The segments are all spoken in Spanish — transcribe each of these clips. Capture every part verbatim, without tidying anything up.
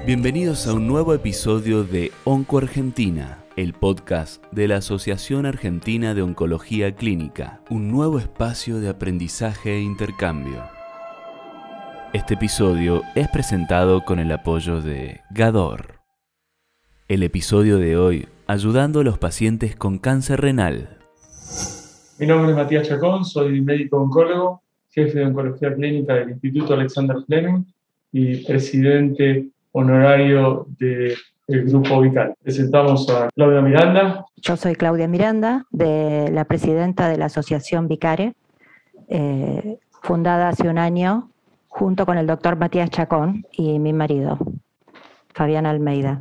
Bienvenidos a un nuevo episodio de Onco Argentina, el podcast de la Asociación Argentina de Oncología Clínica, un nuevo espacio de aprendizaje e intercambio. Este episodio es presentado con el apoyo de Gador. El episodio de hoy, ayudando a los pacientes con cáncer renal. Mi nombre es Matías Chacón, soy médico oncólogo, jefe de oncología clínica del Instituto Alexander Fleming y presidente honorario del Grupo Vital. Presentamos a Claudia Miranda. Yo soy Claudia Miranda, de la presidenta de la Asociación Vicare, eh, fundada hace un año junto con el doctor Matías Chacón y mi marido, Fabián Almeida.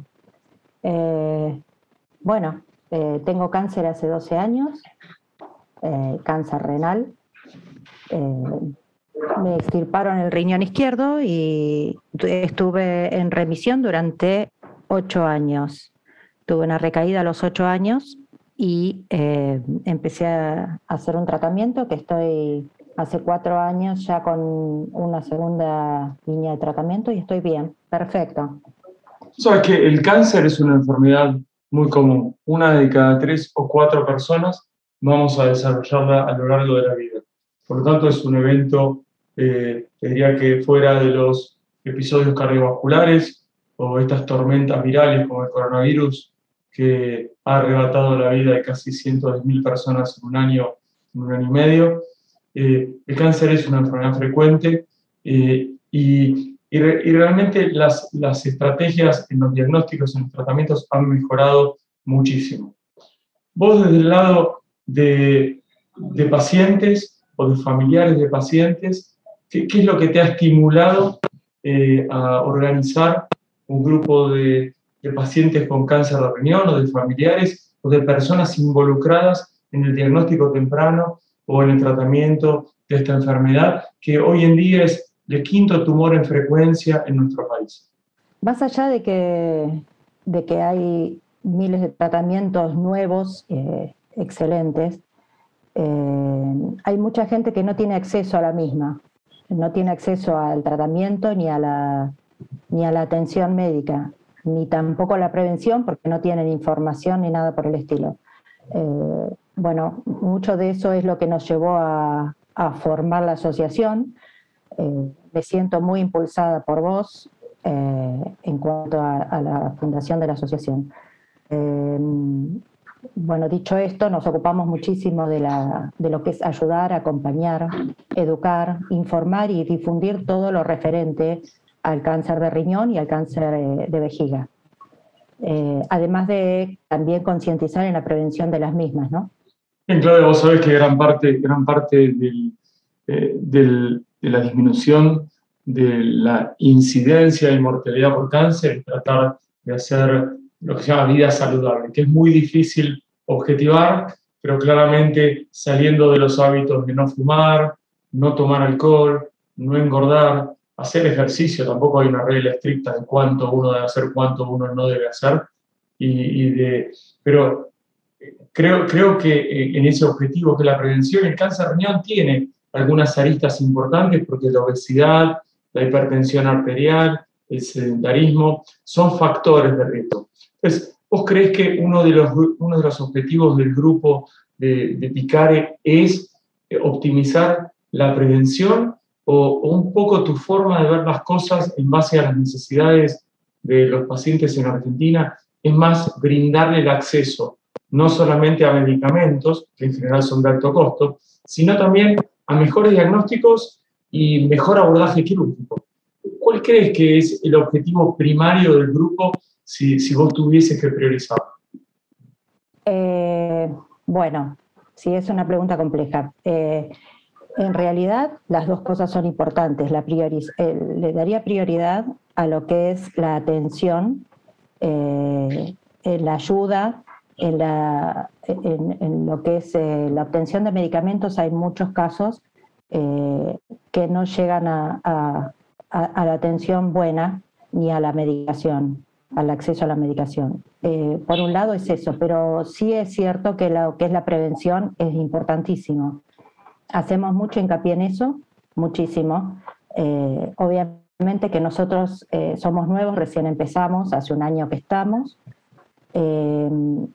Eh, bueno, eh, tengo cáncer hace doce años, eh, cáncer renal. Eh, me extirparon el riñón izquierdo y estuve en remisión durante ocho años. Tuve una recaída a los ocho años y eh, empecé a hacer un tratamiento que estoy hace cuatro años ya con una segunda línea de tratamiento y estoy bien, perfecto. Sabes que el cáncer es una enfermedad muy común. Una de cada tres o cuatro personas vamos a desarrollarla a lo largo de la vida. Por lo tanto, es un evento, eh, diría que fuera de los episodios cardiovasculares o estas tormentas virales como el coronavirus, que ha arrebatado la vida de casi ciento diez mil personas en un año, en un año y medio. Eh, el cáncer es una enfermedad frecuente eh, y, y, re, y realmente las, las estrategias en los diagnósticos, en los tratamientos han mejorado muchísimo. Vos desde el lado de, de pacientes o de familiares de pacientes, ¿qué, qué es lo que te ha estimulado eh, a organizar un grupo de, de pacientes con cáncer de riñón o de familiares o de personas involucradas en el diagnóstico temprano o en el tratamiento de esta enfermedad, que hoy en día es el quinto tumor en frecuencia en nuestro país? Más allá de que, de que hay miles de tratamientos nuevos, eh, excelentes, eh, hay mucha gente que no tiene acceso a la misma, no tiene acceso al tratamiento ni a la, ni a la atención médica, ni tampoco a la prevención porque no tienen información ni nada por el estilo. Eh, bueno, mucho de eso es lo que nos llevó a, a formar la asociación. Eh, me siento muy impulsada por vos eh, en cuanto a, a la fundación de la asociación. Eh, bueno, dicho esto, nos ocupamos muchísimo de, la, de lo que es ayudar, acompañar, educar, informar y difundir todo lo referente al cáncer de riñón y al cáncer eh, de vejiga. Eh, además de también concientizar en la prevención de las mismas, ¿no? Bien, Claudia, vos sabés que gran parte, gran parte del, eh, del, de la disminución de la incidencia y mortalidad por cáncer es tratar de hacer lo que se llama vida saludable, que es muy difícil objetivar, pero claramente saliendo de los hábitos de no fumar, no tomar alcohol, no engordar, hacer ejercicio. Tampoco hay una regla estricta de cuánto uno debe hacer, cuánto uno no debe hacer, y, y de, pero creo, creo que en ese objetivo que es la prevención, el cáncer de riñón tiene algunas aristas importantes porque la obesidad, la hipertensión arterial, el sedentarismo son factores de riesgo. Entonces, ¿vos creés que uno de los, uno de los objetivos del grupo de, de Vicare es optimizar la prevención o, o un poco tu forma de ver las cosas en base a las necesidades de los pacientes en Argentina es más brindarle el acceso no solamente a medicamentos, que en general son de alto costo, sino también a mejores diagnósticos y mejor abordaje quirúrgico? ¿Cuál crees que es el objetivo primario del grupo si, si vos tuvieses que priorizar? Eh, bueno, sí, es una pregunta compleja. Eh, en realidad, las dos cosas son importantes. La prioriz- eh, le daría prioridad a lo que es la atención, eh, en la ayuda, en, la, en, en lo que es eh, la obtención de medicamentos. Hay muchos casos eh, que no llegan a, a, a la atención buena ni a la medicación, al acceso a la medicación. Eh, por un lado es eso, pero sí es cierto que lo que es la prevención es importantísimo. Hacemos mucho hincapié en eso, muchísimo. Eh, obviamente obviamente que nosotros eh, somos nuevos, recién empezamos, hace un año que estamos, eh,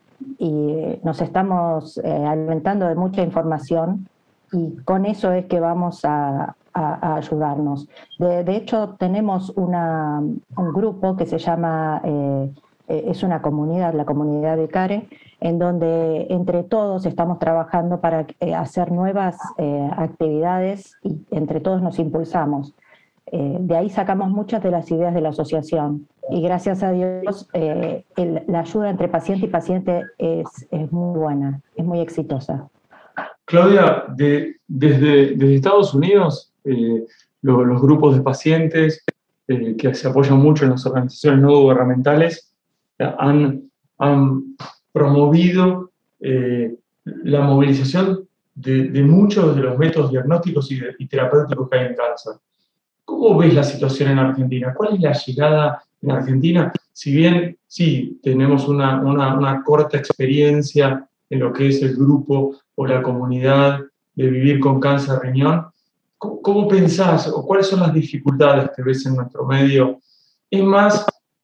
y nos estamos eh, alimentando de mucha información y con eso es que vamos a, a, a ayudarnos. De, de hecho, tenemos una, un grupo que se llama, eh, es una comunidad, la comunidad de CARE, en donde entre todos estamos trabajando para eh, hacer nuevas eh, actividades y entre todos nos impulsamos. Eh, de ahí sacamos muchas de las ideas de la asociación y gracias a Dios eh, el, la ayuda entre paciente y paciente es, es muy buena, es muy exitosa. Claudia, de, desde, desde Estados Unidos, eh, lo, los grupos de pacientes eh, que se apoyan mucho en las organizaciones no gubernamentales eh, han, han promovido eh, la movilización de, de muchos de los métodos diagnósticos y, de, y terapéuticos que hay en cáncer. ¿Cómo ves la situación en Argentina? ¿Cuál es la llegada en Argentina? Si bien sí tenemos una, una, una corta experiencia en lo que es el grupo o la comunidad de vivir con cáncer de riñón, ¿cómo, cómo pensás o cuáles son las dificultades que ves en nuestro medio? ¿Es más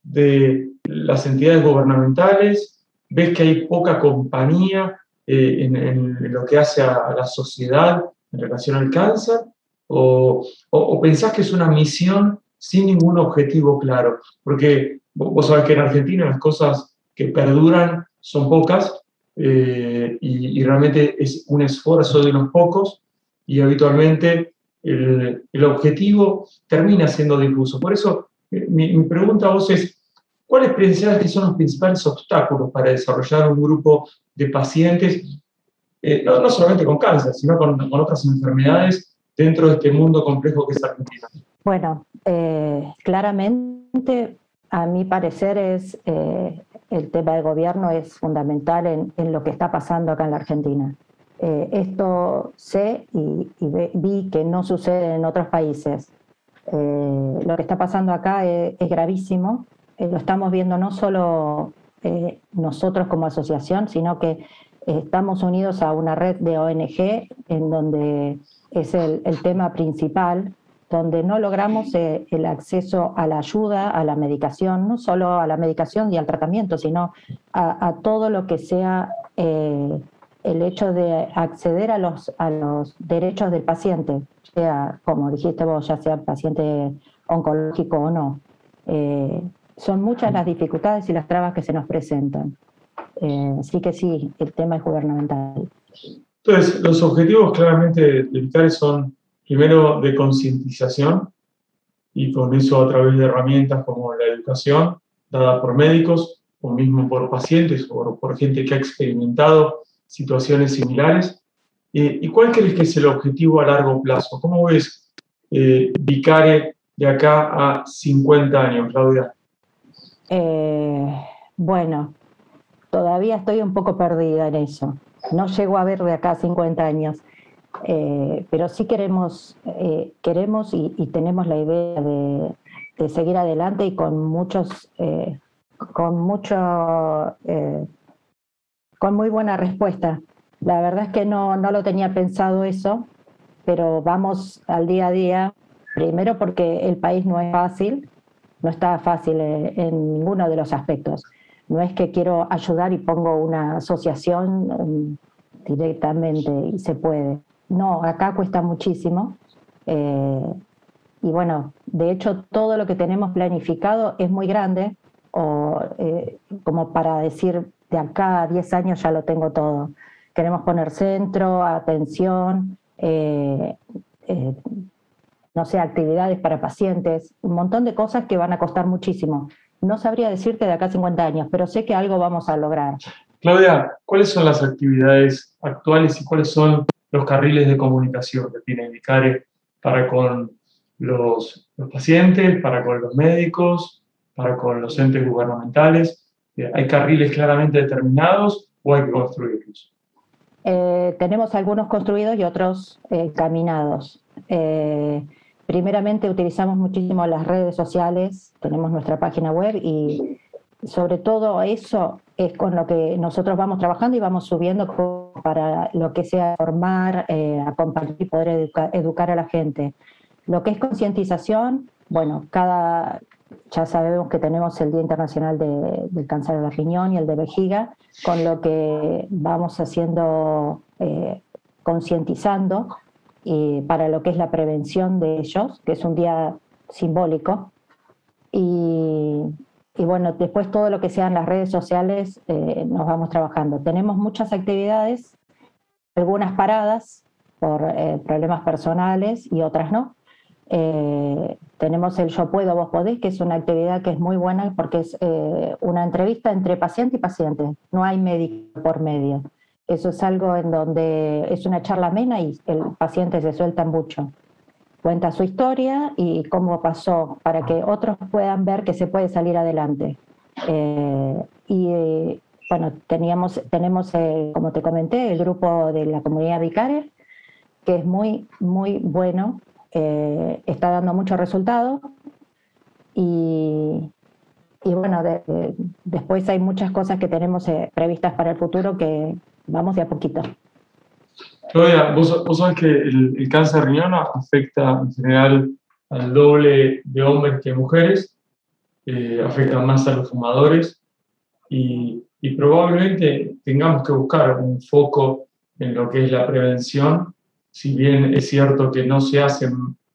de las entidades gubernamentales? ¿Ves que hay poca compañía eh, en, en lo que hace a la sociedad en relación al cáncer? O, o, o pensás que es una misión sin ningún objetivo claro, porque vos, vos sabés que en Argentina las cosas que perduran son pocas eh, y, y realmente es un esfuerzo de unos pocos y habitualmente el, el objetivo termina siendo difuso. Por eso eh, mi, mi pregunta a vos es, ¿cuáles pensás que son los principales obstáculos para desarrollar un grupo de pacientes, eh, no, no solamente con cáncer, sino con, con otras enfermedades dentro de este mundo complejo que es Argentina? Bueno, eh, claramente, a mi parecer, es eh, el tema del gobierno es fundamental en, en lo que está pasando acá en la Argentina. Eh, esto sé y, y ve, vi que no sucede en otros países. Eh, lo que está pasando acá es, es gravísimo. Eh, lo estamos viendo no solo eh, nosotros como asociación, sino que eh, estamos unidos a una red de O N G en donde es el, el tema principal, donde no logramos eh, el acceso a la ayuda, a la medicación, no solo a la medicación y al tratamiento, sino a, a todo lo que sea eh, el hecho de acceder a los, a los derechos del paciente, sea, como dijiste vos, ya sea paciente oncológico o no. Eh, son muchas las dificultades y las trabas que se nos presentan. Eh, así que sí, el tema es gubernamental. Entonces, los objetivos claramente de CARE son, primero, de concientización, y con eso a través de herramientas como la educación, dada por médicos, o mismo por pacientes, o por gente que ha experimentado situaciones similares. Eh, ¿Y cuál crees que es el objetivo a largo plazo? ¿Cómo ves eh, Vicare de acá a cincuenta años, Claudia? Eh, bueno, todavía estoy un poco perdida en eso. No llego a ver de acá a cincuenta años, eh, pero sí queremos, eh, queremos y, y tenemos la idea de, de seguir adelante y con muchos, eh, con mucho, eh, con muy buena respuesta. La verdad es que no, no lo tenía pensado eso, pero vamos al día a día, primero porque el país no es fácil, no está fácil en ninguno de los aspectos. No es que quiero ayudar y pongo una asociación um, directamente y se puede. No, acá cuesta muchísimo. Eh, y bueno, de hecho todo lo que tenemos planificado es muy grande, o eh, como para decir de acá a diez años ya lo tengo todo. Queremos poner centro, atención, eh, eh, no sé, actividades para pacientes, un montón de cosas que van a costar muchísimo. No sabría decirte de acá a cincuenta años, pero sé que algo vamos a lograr. Claudia, ¿cuáles son las actividades actuales y cuáles son los carriles de comunicación que tiene Vicare para con los, los pacientes, para con los médicos, para con los entes gubernamentales? ¿Hay carriles claramente determinados o hay que construirlos? Eh, tenemos algunos construidos y otros eh, caminados. Eh, primeramente utilizamos muchísimo las redes sociales, tenemos nuestra página web y sobre todo eso es con lo que nosotros vamos trabajando y vamos subiendo para lo que sea formar, eh, acompañar y poder educa, educar a la gente. Lo que es concientización, bueno, cada, ya sabemos que tenemos el Día Internacional de, del Cáncer de Riñón y el de vejiga, con lo que vamos haciendo, eh, concientizando eh, para lo que es la prevención de ellos, que es un día simbólico. Y, y bueno, después todo lo que sean las redes sociales eh, nos vamos trabajando. Tenemos muchas actividades, algunas paradas por eh, problemas personales y otras no. Eh, tenemos el Yo Puedo, Vos Podés, que es una actividad que es muy buena porque es eh, una entrevista entre paciente y paciente. No hay médico por medio. Eso es algo en donde es una charla amena y el paciente se suelta mucho. Cuenta su historia y cómo pasó para que otros puedan ver que se puede salir adelante. Eh, y eh, bueno, teníamos, tenemos, eh, como te comenté, el grupo de la comunidad Vicare, que es muy, muy bueno, eh, está dando mucho resultado. Y, y bueno, de, de, después hay muchas cosas que tenemos eh, previstas para el futuro que vamos de a poquito. Claudia, vos, vos sabés que el, el cáncer de riñón afecta en general al doble de hombres que mujeres, eh, afecta más a los fumadores y, y probablemente tengamos que buscar un foco en lo que es la prevención, si bien es cierto que no se hacen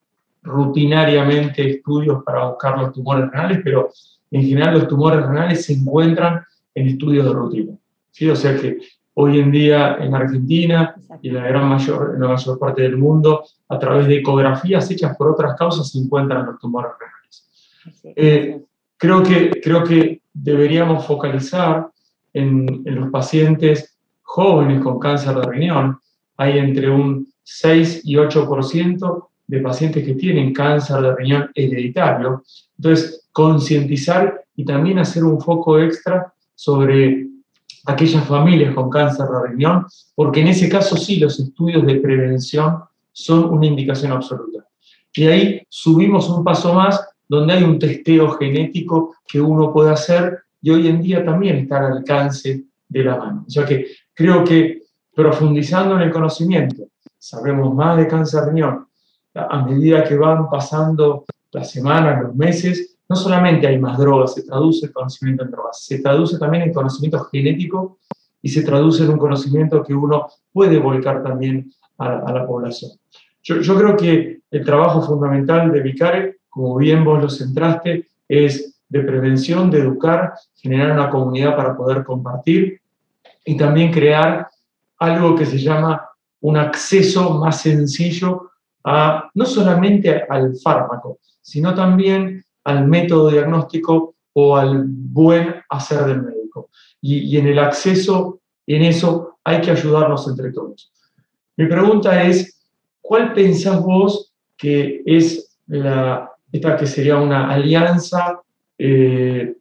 rutinariamente estudios para buscar los tumores renales, pero en general los tumores renales se encuentran en estudios de rutina, ¿sí? O sea que hoy en día en Argentina y en la gran mayor, en la mayor parte del mundo, a través de ecografías hechas por otras causas, se encuentran los tumores renales. Eh, creo, que, creo que deberíamos focalizar en, en los pacientes jóvenes con cáncer de riñón. Hay entre un seis y ocho por ciento de pacientes que tienen cáncer de riñón hereditario. Entonces, concientizar y también hacer un foco extra sobre aquellas familias con cáncer de riñón, porque en ese caso sí los estudios de prevención son una indicación absoluta. Y ahí subimos un paso más, donde hay un testeo genético que uno puede hacer y hoy en día también está al alcance de la mano. O sea que creo que profundizando en el conocimiento, sabemos más de cáncer de riñón, a medida que van pasando las semanas, los meses, no solamente hay más drogas, se traduce el conocimiento en drogas, se traduce también en conocimiento genético y se traduce en un conocimiento que uno puede volcar también a, a la población. Yo, yo creo que el trabajo fundamental de Vicare, como bien vos lo centraste, es de prevención, de educar, generar una comunidad para poder compartir y también crear algo que se llama un acceso más sencillo a, no solamente al fármaco, sino también al método diagnóstico o al buen hacer del médico. Y, y en el acceso, en eso, hay que ayudarnos entre todos. Mi pregunta es, ¿cuál pensás vos que es la, esta que sería una alianza eh,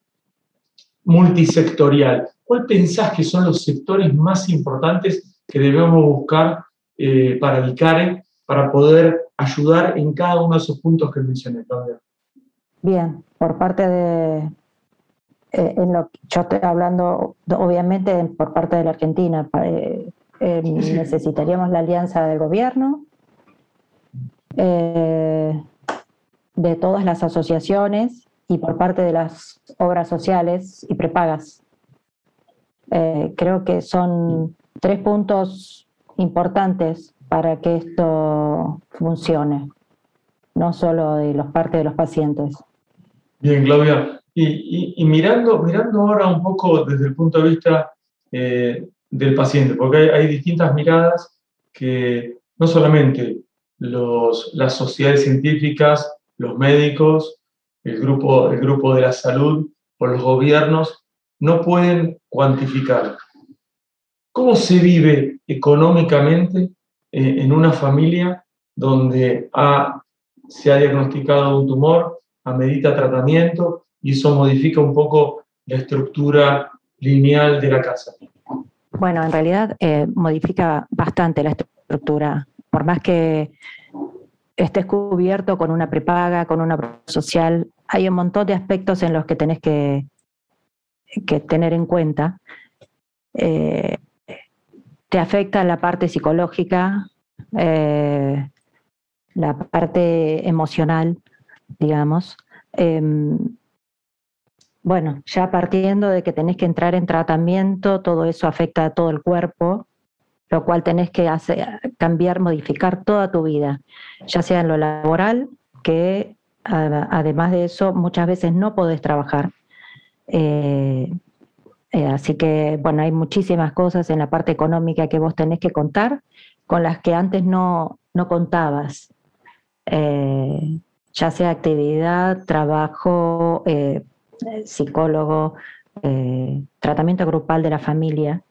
multisectorial? ¿Cuál pensás que son los sectores más importantes que debemos buscar eh, para Vicare, para poder ayudar en cada uno de esos puntos que mencioné, Claudia? Bien, por parte de, eh, en lo, yo estoy hablando obviamente por parte de la Argentina, eh, eh, sí, sí. Necesitaríamos la alianza del gobierno, eh, de todas las asociaciones y por parte de las obras sociales y prepagas. Eh, creo que son tres puntos importantes para que esto funcione, no solo de los parte de los pacientes. Bien, Claudia. Y, y, y mirando, mirando ahora un poco desde el punto de vista eh, del paciente, porque hay, hay distintas miradas que no solamente los, las sociedades científicas, los médicos, el grupo, el grupo de la salud o los gobiernos no pueden cuantificar. ¿Cómo se vive económicamente eh, en una familia donde ha, se ha diagnosticado un tumor, amerita tratamiento y eso modifica un poco la estructura lineal de la casa? Bueno, en realidad eh, modifica bastante la estructura, por más que estés cubierto con una prepaga, con una obra social, hay un montón de aspectos en los que tenés que, que tener en cuenta. Eh, te afecta la parte psicológica, eh, la parte emocional, digamos. Eh, bueno, ya partiendo de que tenés que entrar en tratamiento, todo eso afecta a todo el cuerpo, lo cual tenés que hacer, cambiar, modificar toda tu vida, ya sea en lo laboral, que a, además de eso muchas veces no podés trabajar. Eh, eh, así que, bueno, hay muchísimas cosas en la parte económica que vos tenés que contar, con las que antes no, no contabas. Eh, ya sea actividad, trabajo, eh, psicólogo, eh, tratamiento grupal de la familia.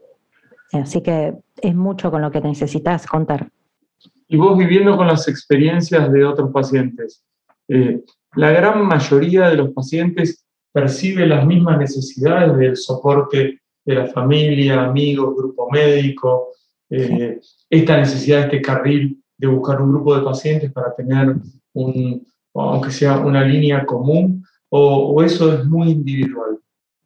Así que es mucho con lo que necesitas contar. Y vos viviendo con las experiencias de otros pacientes, eh, la gran mayoría de los pacientes percibe las mismas necesidades del soporte de la familia, amigos, grupo médico, eh, sí. Esta necesidad, este carril de buscar un grupo de pacientes para tener, un, aunque sea una línea común, o, o eso es muy individual.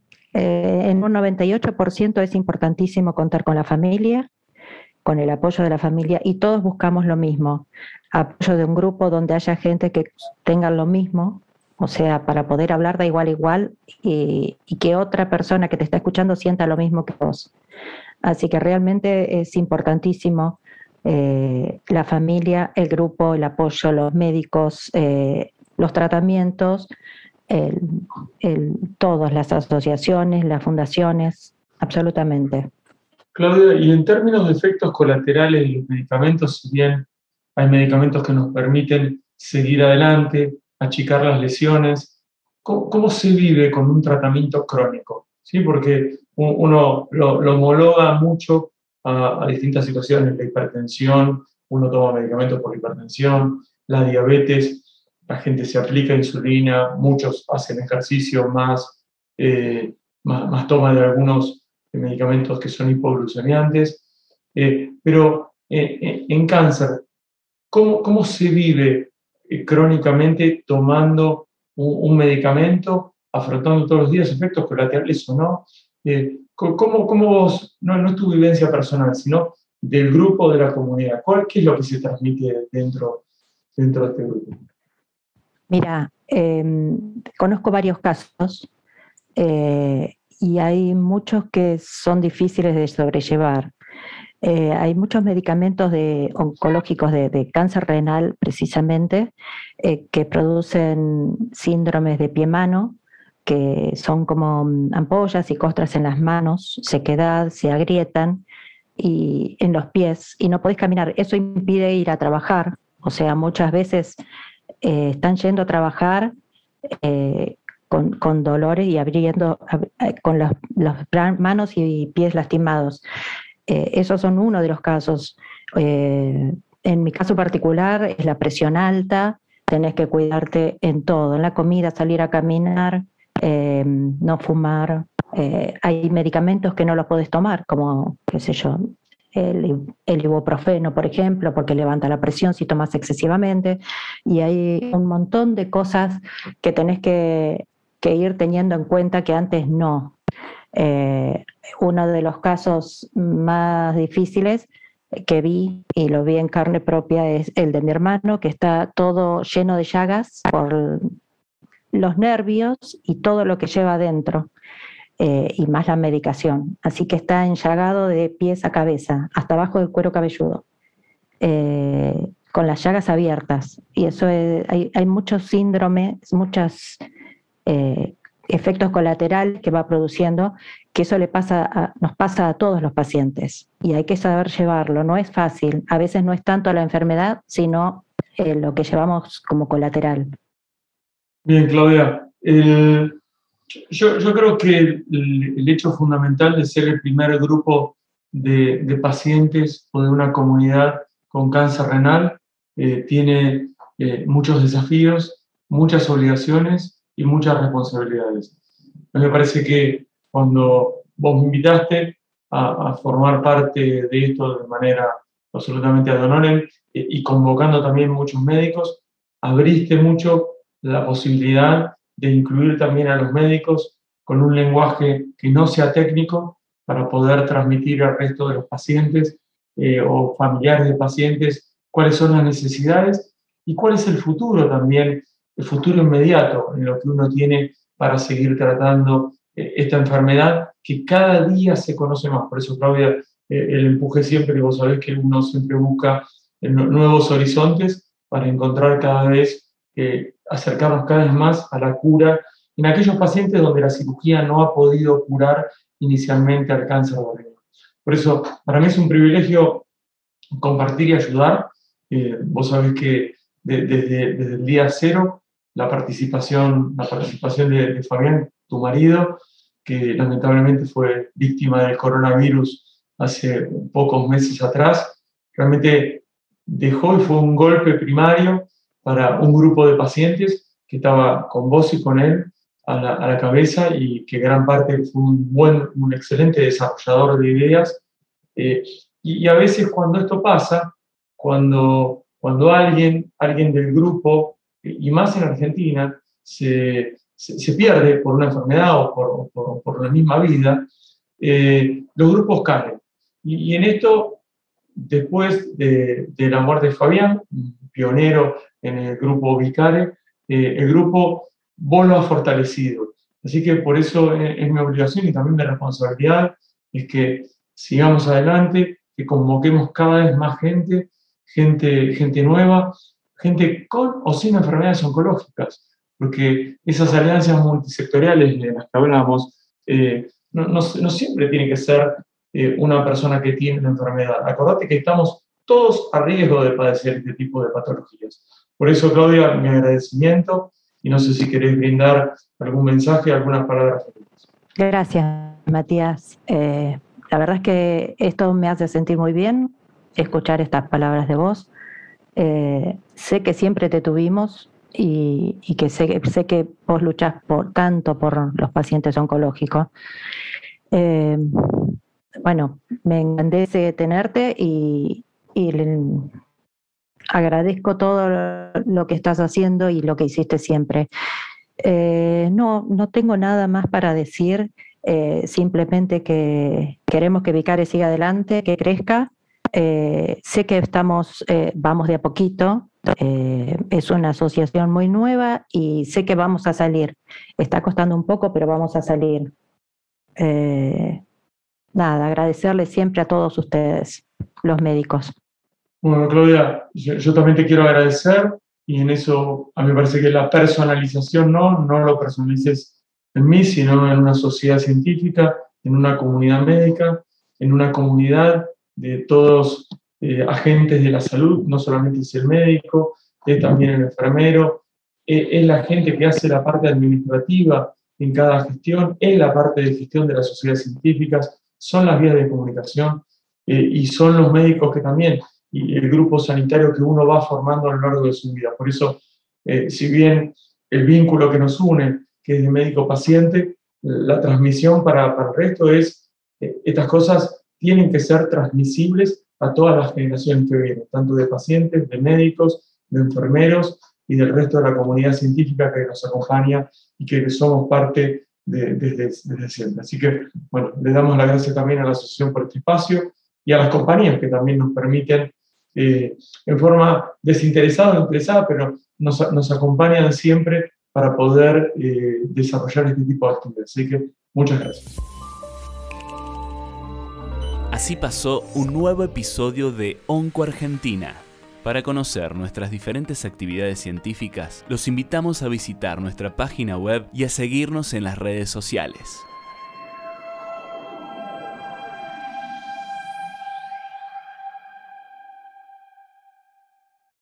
Eh, en un noventa y ocho por ciento es importantísimo contar con la familia, con el apoyo de la familia, y todos buscamos lo mismo, apoyo de un grupo donde haya gente que tenga lo mismo, o sea, para poder hablar de igual a igual y, y que otra persona que te está escuchando sienta lo mismo que vos. Así que realmente es importantísimo eh, la familia, el grupo, el apoyo, los médicos, eh, los tratamientos, el, el, todas las asociaciones, las fundaciones, absolutamente. Claudia, y en términos de efectos colaterales de los medicamentos, si bien hay medicamentos que nos permiten seguir adelante, achicar las lesiones, ¿cómo, cómo se vive con un tratamiento crónico? ¿Sí? Porque uno lo, lo homologa mucho a, a distintas situaciones, la hipertensión, uno toma medicamentos por hipertensión, la diabetes, la gente se aplica insulina, muchos hacen ejercicio, más, eh, más, más toma de algunos de medicamentos que son hipoglucemiantes, eh, pero eh, en cáncer, ¿cómo, cómo se vive eh, crónicamente tomando un, un medicamento, afrontando todos los días efectos colaterales o no? Eh, ¿cómo, cómo vos, no, no es tu vivencia personal, sino del grupo, de la comunidad? ¿Cuál, ¿Qué es lo que se transmite dentro, dentro de este grupo? Mira, eh, conozco varios casos, eh, y hay muchos que son difíciles de sobrellevar. Eh, hay muchos medicamentos de, oncológicos de, de cáncer renal, precisamente, eh, que producen síndromes de pie-mano, que son como ampollas y costras en las manos, sequedad, se agrietan y en los pies y no podés caminar. Eso impide ir a trabajar. O sea, muchas veces eh, están yendo a trabajar eh, Con, con dolores y abriendo con las, las manos y pies lastimados. Eh, esos son uno de los casos. Eh, en mi caso particular es la presión alta, tenés que cuidarte en todo, en la comida, salir a caminar, eh, no fumar. Eh, hay medicamentos que no los podés tomar, como, qué sé yo, el, el ibuprofeno, por ejemplo, porque levanta la presión si tomas excesivamente. Y hay un montón de cosas que tenés que que ir teniendo en cuenta que antes no. Eh, uno de los casos más difíciles que vi, y lo vi en carne propia, es el de mi hermano, que está todo lleno de llagas por los nervios y todo lo que lleva adentro, eh, y más la medicación. Así que está enllagado de pies a cabeza, hasta abajo del cuero cabelludo, eh, con las llagas abiertas. Y eso es, hay, hay muchos síndromes, muchas... Eh, efectos colaterales que va produciendo, que eso le pasa a, nos pasa a todos los pacientes y hay que saber llevarlo. No es fácil, a veces no es tanto la enfermedad, sino eh, lo que llevamos como colateral. Bien, Claudia, el, yo, yo creo que el, el hecho fundamental de ser el primer grupo de, de pacientes o de una comunidad con cáncer renal eh, tiene eh, muchos desafíos, muchas obligaciones y muchas responsabilidades. A mí me parece que cuando vos me invitaste a, a formar parte de esto de manera absolutamente ad honorem eh, y convocando también muchos médicos, abriste mucho la posibilidad de incluir también a los médicos con un lenguaje que no sea técnico para poder transmitir al resto de los pacientes eh, o familiares de pacientes cuáles son las necesidades y cuál es el futuro también el futuro inmediato en lo que uno tiene para seguir tratando eh, esta enfermedad que cada día se conoce más. Por eso, Claudia, eh, el empuje siempre, y vos sabés que uno siempre busca eh, nuevos horizontes para encontrar cada vez, eh, acercarnos cada vez más a la cura en aquellos pacientes donde la cirugía no ha podido curar inicialmente al cáncer de riñón. Por eso, para mí es un privilegio compartir y ayudar. Eh, vos sabés que de, desde, desde el día cero, la participación, la participación de, de Fabián, tu marido, que lamentablemente fue víctima del coronavirus hace pocos meses atrás, realmente dejó y fue un golpe primario para un grupo de pacientes que estaba con vos y con él a la, a la cabeza, y que gran parte fue un buen, un excelente desarrollador de ideas. Eh, y, y a veces cuando esto pasa, cuando, cuando alguien, alguien del grupo, y más en Argentina, se, se, se pierde por una enfermedad o por, por, por la misma vida, eh, los grupos caen. Y, y en esto, después de, de la muerte de Fabián, pionero en el grupo Vicare, eh, el grupo vos lo has fortalecido. Así que por eso es, es mi obligación y también mi responsabilidad, es que sigamos adelante, que convoquemos cada vez más gente, gente, gente nueva, gente con o sin enfermedades oncológicas, porque esas alianzas multisectoriales de las que hablábamos, eh, no, no, no siempre tiene que ser eh, una persona que tiene la enfermedad. Acordate que estamos todos a riesgo de padecer este tipo de patologías. Por eso, Claudia, mi agradecimiento, y no sé si querés brindar algún mensaje, algunas palabras. Gracias, Matías. Eh, la verdad es que esto me hace sentir muy bien, escuchar estas palabras de vos. Eh, sé que siempre te tuvimos y, y que sé, sé que vos luchás por, tanto por los pacientes oncológicos. Eh, bueno, me engrandece tenerte y, y le, agradezco todo lo que estás haciendo y lo que hiciste siempre. Eh, no, no tengo nada más para decir, eh, simplemente que queremos que Vicare siga adelante, que crezca. Eh, sé que estamos, eh, vamos de a poquito, eh, es una asociación muy nueva y sé que vamos a salir. Está costando un poco, pero vamos a salir. Eh, nada, agradecerles siempre a todos ustedes, los médicos. Bueno, Claudia, yo, yo también te quiero agradecer, y en eso a mí me parece que la personalización no, no lo personalices en mí, sino en una sociedad científica, en una comunidad médica, en una comunidad de todos eh, agentes de la salud. No solamente es el médico, es también el enfermero, eh, es la gente que hace la parte administrativa en cada gestión, es la parte de gestión de las sociedades científicas, son las vías de comunicación, eh, y son los médicos que también, y el grupo sanitario que uno va formando a lo largo de su vida. Por eso, eh, si bien el vínculo que nos une, que es de médico-paciente, la transmisión para, para el resto es, eh, estas cosas tienen que ser transmisibles a todas las generaciones que vienen, tanto de pacientes, de médicos, de enfermeros y del resto de la comunidad científica que nos acompaña y que somos parte de, desde, desde siempre. Así que, bueno, le damos las gracias también a la asociación por este espacio y a las compañías que también nos permiten, Eh, en forma desinteresada o interesada, pero nos, nos acompañan siempre para poder eh, desarrollar este tipo de actividades. Así que muchas gracias. Así pasó un nuevo episodio de Onco Argentina. Para conocer nuestras diferentes actividades científicas, los invitamos a visitar nuestra página web y a seguirnos en las redes sociales.